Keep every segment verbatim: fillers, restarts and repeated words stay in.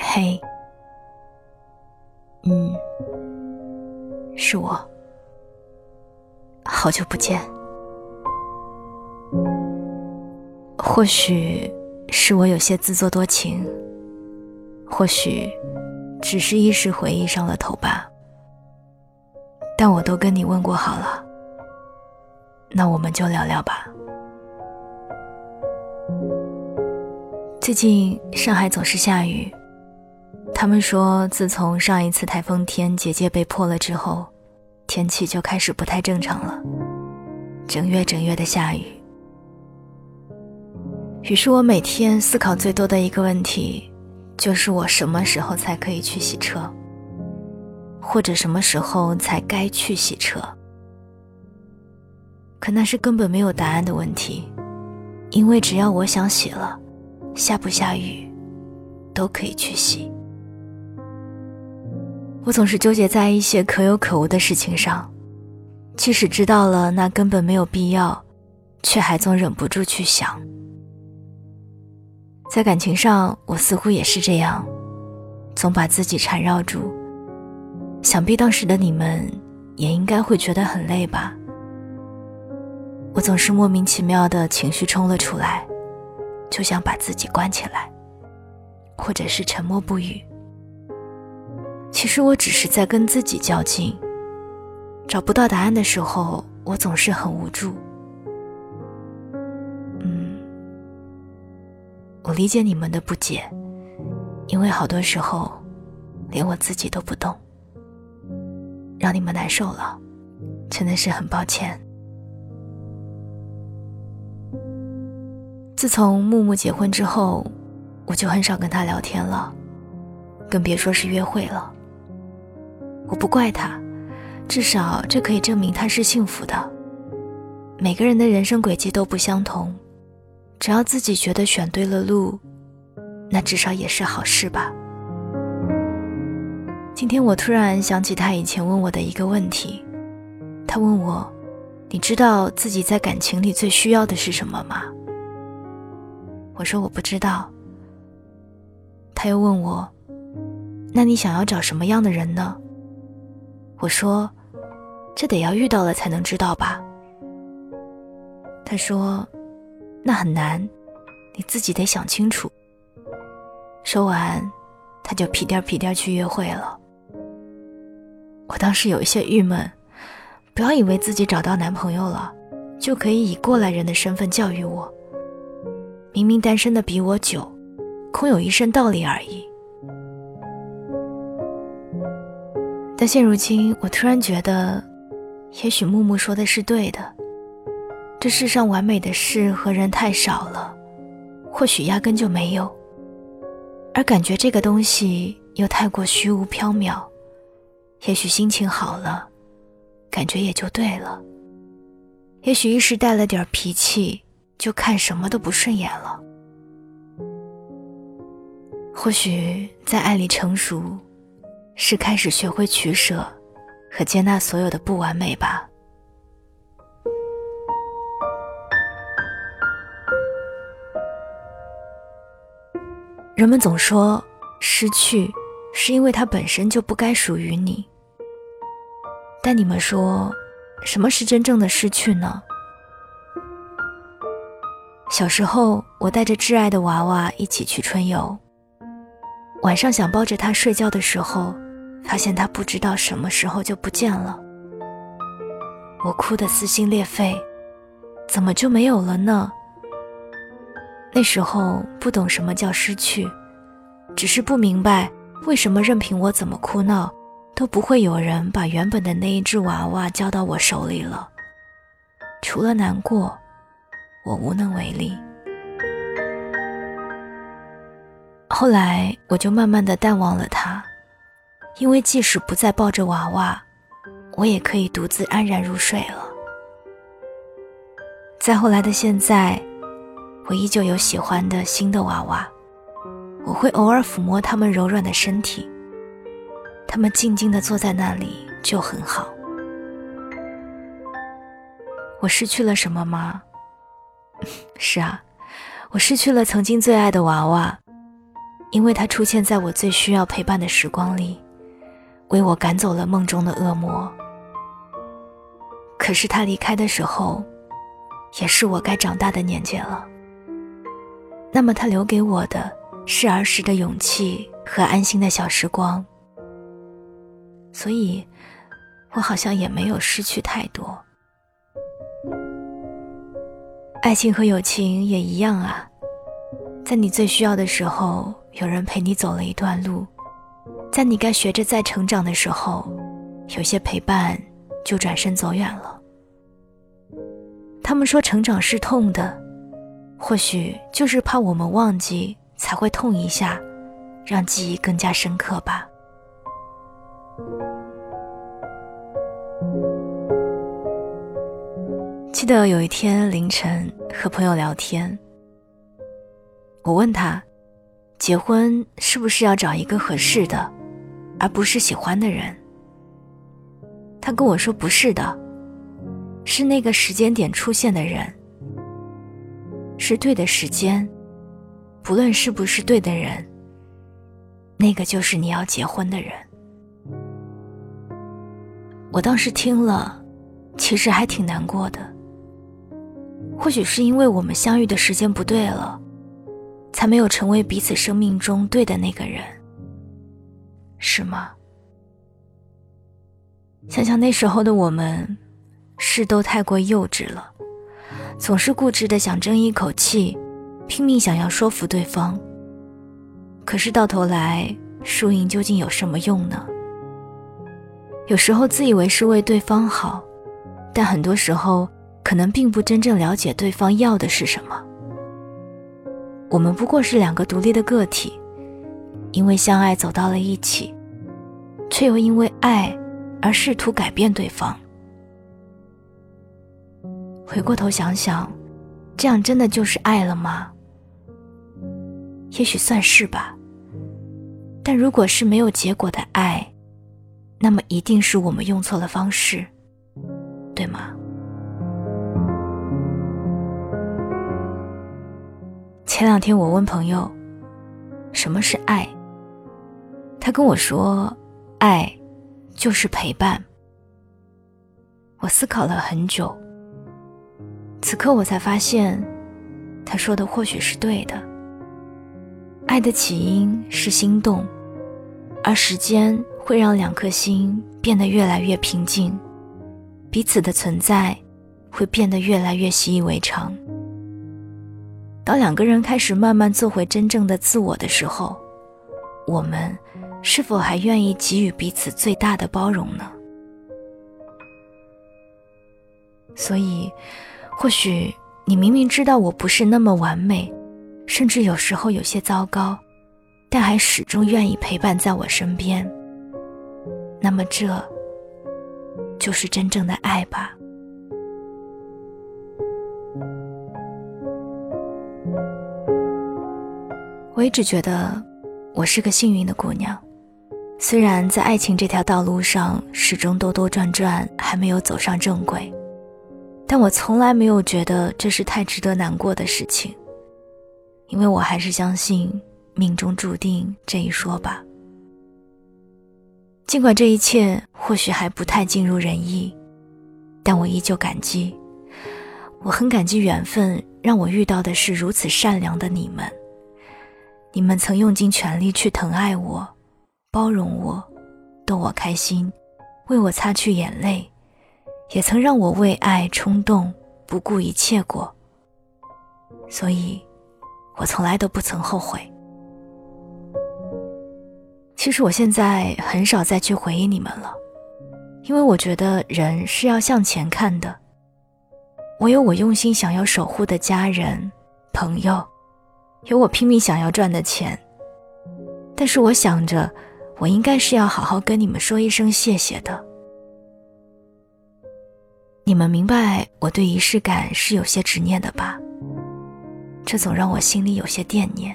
嘿，嗯，是我，好久不见。或许是我有些自作多情，或许只是一时回忆上了头吧，但我都跟你问过好了，那我们就聊聊吧。最近上海总是下雨，他们说自从上一次台风天结界被破了之后，天气就开始不太正常了，整月整月的下雨。于是我每天思考最多的一个问题，就是我什么时候才可以去洗车，或者什么时候才该去洗车。可那是根本没有答案的问题，因为只要我想洗了，下不下雨都可以去洗。我总是纠结在一些可有可无的事情上，即使知道了那根本没有必要，却还总忍不住去想。在感情上，我似乎也是这样，总把自己缠绕住。想必当时的你们也应该会觉得很累吧。我总是莫名其妙的情绪冲了出来，就想把自己关起来，或者是沉默不语。其实我只是在跟自己较劲，找不到答案的时候，我总是很无助。嗯，我理解你们的不解，因为好多时候连我自己都不懂，让你们难受了，真的是很抱歉。自从木木结婚之后，我就很少跟他聊天了，更别说是约会了。我不怪他，至少这可以证明他是幸福的。每个人的人生轨迹都不相同，只要自己觉得选对了路，那至少也是好事吧。今天我突然想起他以前问我的一个问题，他问我，你知道自己在感情里最需要的是什么吗？我说我不知道。他又问我，那你想要找什么样的人呢？我说，这得要遇到了才能知道吧。他说，那很难，你自己得想清楚。说完，他就屁颠屁颠去约会了。我当时有一些郁闷，不要以为自己找到男朋友了，就可以以过来人的身份教育我。明明单身的比我久，空有一身道理而已。但现如今，我突然觉得，也许木木说的是对的。这世上完美的事和人太少了，或许压根就没有。而感觉这个东西又太过虚无缥缈，也许心情好了，感觉也就对了。也许一时带了点脾气，就看什么都不顺眼了。或许在爱里成熟，是开始学会取舍和接纳所有的不完美吧。人们总说，失去是因为它本身就不该属于你。但你们说，什么是真正的失去呢？小时候，我带着挚爱的娃娃一起去春游。晚上想抱着他睡觉的时候，发现他不知道什么时候就不见了。我哭得撕心裂肺，怎么就没有了呢？那时候不懂什么叫失去，只是不明白为什么任凭我怎么哭闹，都不会有人把原本的那一只娃娃交到我手里了。除了难过，我无能为力。后来我就慢慢地淡忘了它，因为即使不再抱着娃娃，我也可以独自安然入睡了。再后来的现在，我依旧有喜欢的新的娃娃，我会偶尔抚摸他们柔软的身体，他们静静地坐在那里就很好。我失去了什么吗？是啊，我失去了曾经最爱的娃娃， 因为他出现在我最需要陪伴的时光里，为我赶走了梦中的恶魔。可是他离开的时候，也是我该长大的年纪了。那么他留给我的是儿时的勇气和安心的小时光，所以我好像也没有失去太多。爱情和友情也一样啊，在你最需要的时候，有人陪你走了一段路，在你该学着再成长的时候，有些陪伴就转身走远了。他们说成长是痛的，或许就是怕我们忘记才会痛一下，让记忆更加深刻吧。记得有一天凌晨和朋友聊天，我问他，结婚是不是要找一个合适的，而不是喜欢的人？他跟我说不是的，是那个时间点出现的人，是对的时间，不论是不是对的人，那个就是你要结婚的人。我当时听了，其实还挺难过的。或许是因为我们相遇的时间不对了，才没有成为彼此生命中对的那个人，是吗？想想那时候的我们，事都太过幼稚了，总是固执地想争一口气，拼命想要说服对方。可是到头来，输赢究竟有什么用呢？有时候自以为是为对方好，但很多时候可能并不真正了解对方要的是什么。我们不过是两个独立的个体，因为相爱走到了一起，却又因为爱而试图改变对方。回过头想想，这样真的就是爱了吗？也许算是吧，但如果是没有结果的爱，那么一定是我们用错了方式，对吗？前两天我问朋友，什么是爱？他跟我说，爱就是陪伴。我思考了很久，此刻我才发现，他说的或许是对的。爱的起因是心动，而时间会让两颗心变得越来越平静，彼此的存在会变得越来越习以为常。当两个人开始慢慢做回真正的自我的时候，我们是否还愿意给予彼此最大的包容呢？所以，或许你明明知道我不是那么完美，甚至有时候有些糟糕，但还始终愿意陪伴在我身边，那么这就是真正的爱吧。我一直觉得我是个幸运的姑娘，虽然在爱情这条道路上始终兜兜转转，还没有走上正轨，但我从来没有觉得这是太值得难过的事情，因为我还是相信命中注定这一说吧。尽管这一切或许还不太尽如人意，但我依旧感激，我很感激缘分让我遇到的是如此善良的你们。你们曾用尽全力去疼爱我，包容我，逗我开心，为我擦去眼泪，也曾让我为爱冲动，不顾一切过。所以我从来都不曾后悔。其实我现在很少再去回忆你们了，因为我觉得人是要向前看的。我有我用心想要守护的家人、朋友，有我拼命想要赚的钱，但是我想着，我应该是要好好跟你们说一声谢谢的。你们明白我对仪式感是有些执念的吧？这总让我心里有些惦念。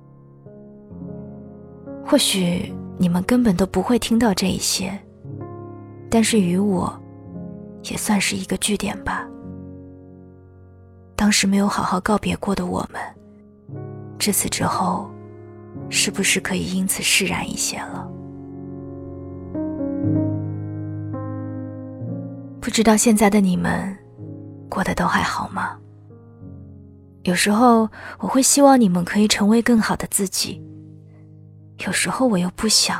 或许你们根本都不会听到这一些，但是于我也算是一个句点吧。当时没有好好告别过的我们，至此之后是不是可以因此释然一些了？不知道现在的你们过得都还好吗？有时候我会希望你们可以成为更好的自己，有时候我又不想，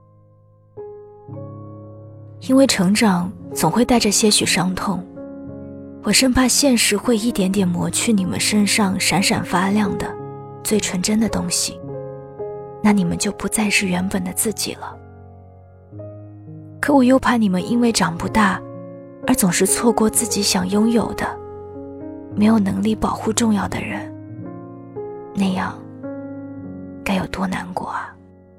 因为成长总会带着些许伤痛，我生怕现实会一点点磨去你们身上闪闪发亮的最纯真的东西，那你们就不再是原本的自己了。可我又怕你们因为长不大而总是错过自己想拥有的，没有能力保护重要的人，那样该有多难过啊。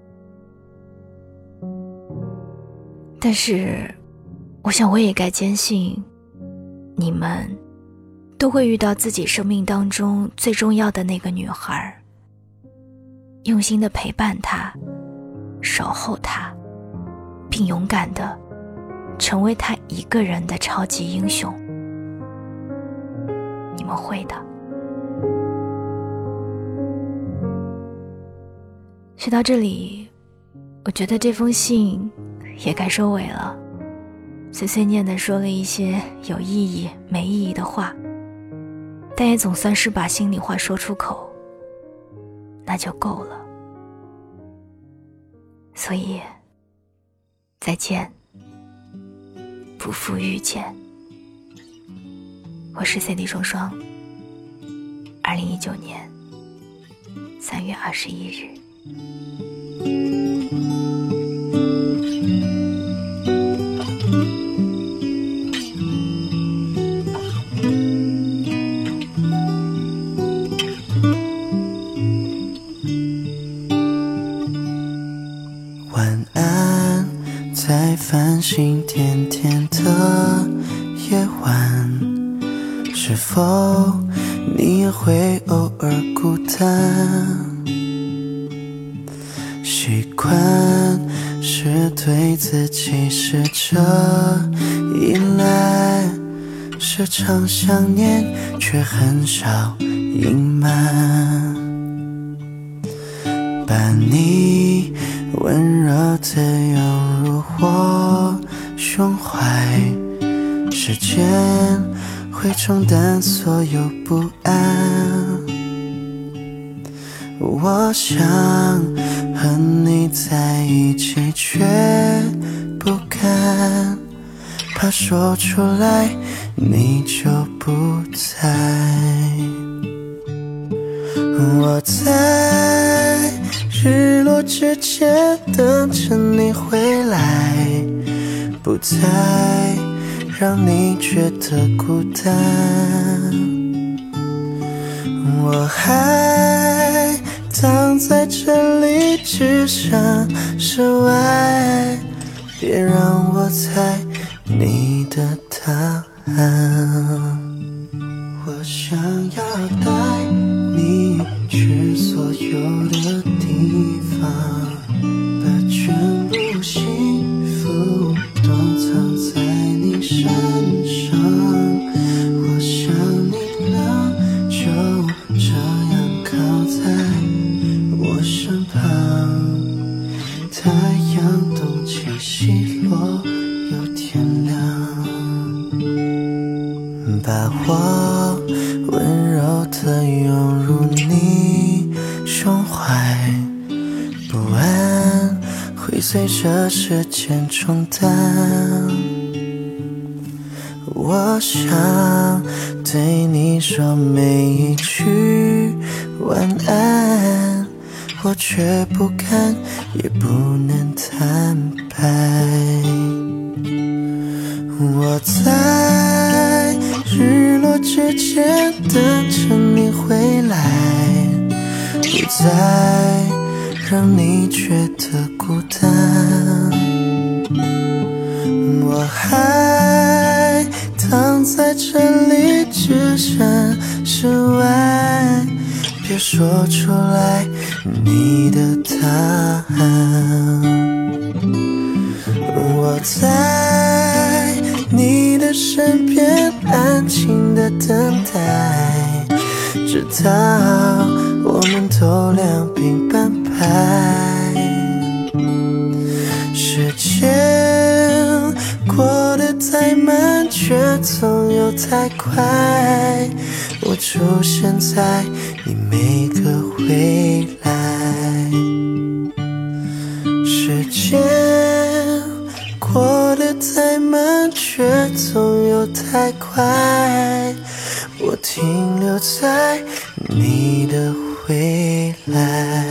但是我想我也该坚信，你们都会遇到自己生命当中最重要的那个女孩，用心地陪伴她，守候她，并勇敢地成为她一个人的超级英雄。你们会的。说到这里，我觉得这封信也该收尾了，碎碎念地说了一些有意义没意义的话，但也总算是把心里话说出口，那就够了。所以再见，不负遇见。我是 C D 双双，二零一九年三月二十一日。 晚安，在繁星点点的夜晚，是否你也会偶尔孤单？习惯是对自己试着依赖，时常想念却很少隐瞒，把你温柔地拥入我胸怀，时间会冲淡所有不安。我想和你在一起，却不敢，怕说出来你就不在。我在日落之前等着你回来，不再让你觉得孤单。我还躺在这里，只想室外，别让我猜你的答案。我想要带你去所有的地方，把全部幸福都藏在你身上。我想你了，就这样靠在我身旁，太阳东起西落又天亮，把我温柔地拥入你胸怀，不安会随着时间冲淡。我想对你说每一句晚安，我却不敢也不能坦白。我在日落之前等着你回来，不再让你觉得孤单。我还躺在这里，只剩室外，别说出来你的答案。我在你的身边安静的等待，直到我们都两鬓斑白。 来。时间过得太慢，却总有太快，我出现在你每个未来。时间过得太慢，却总有太快，我停留在你的未来。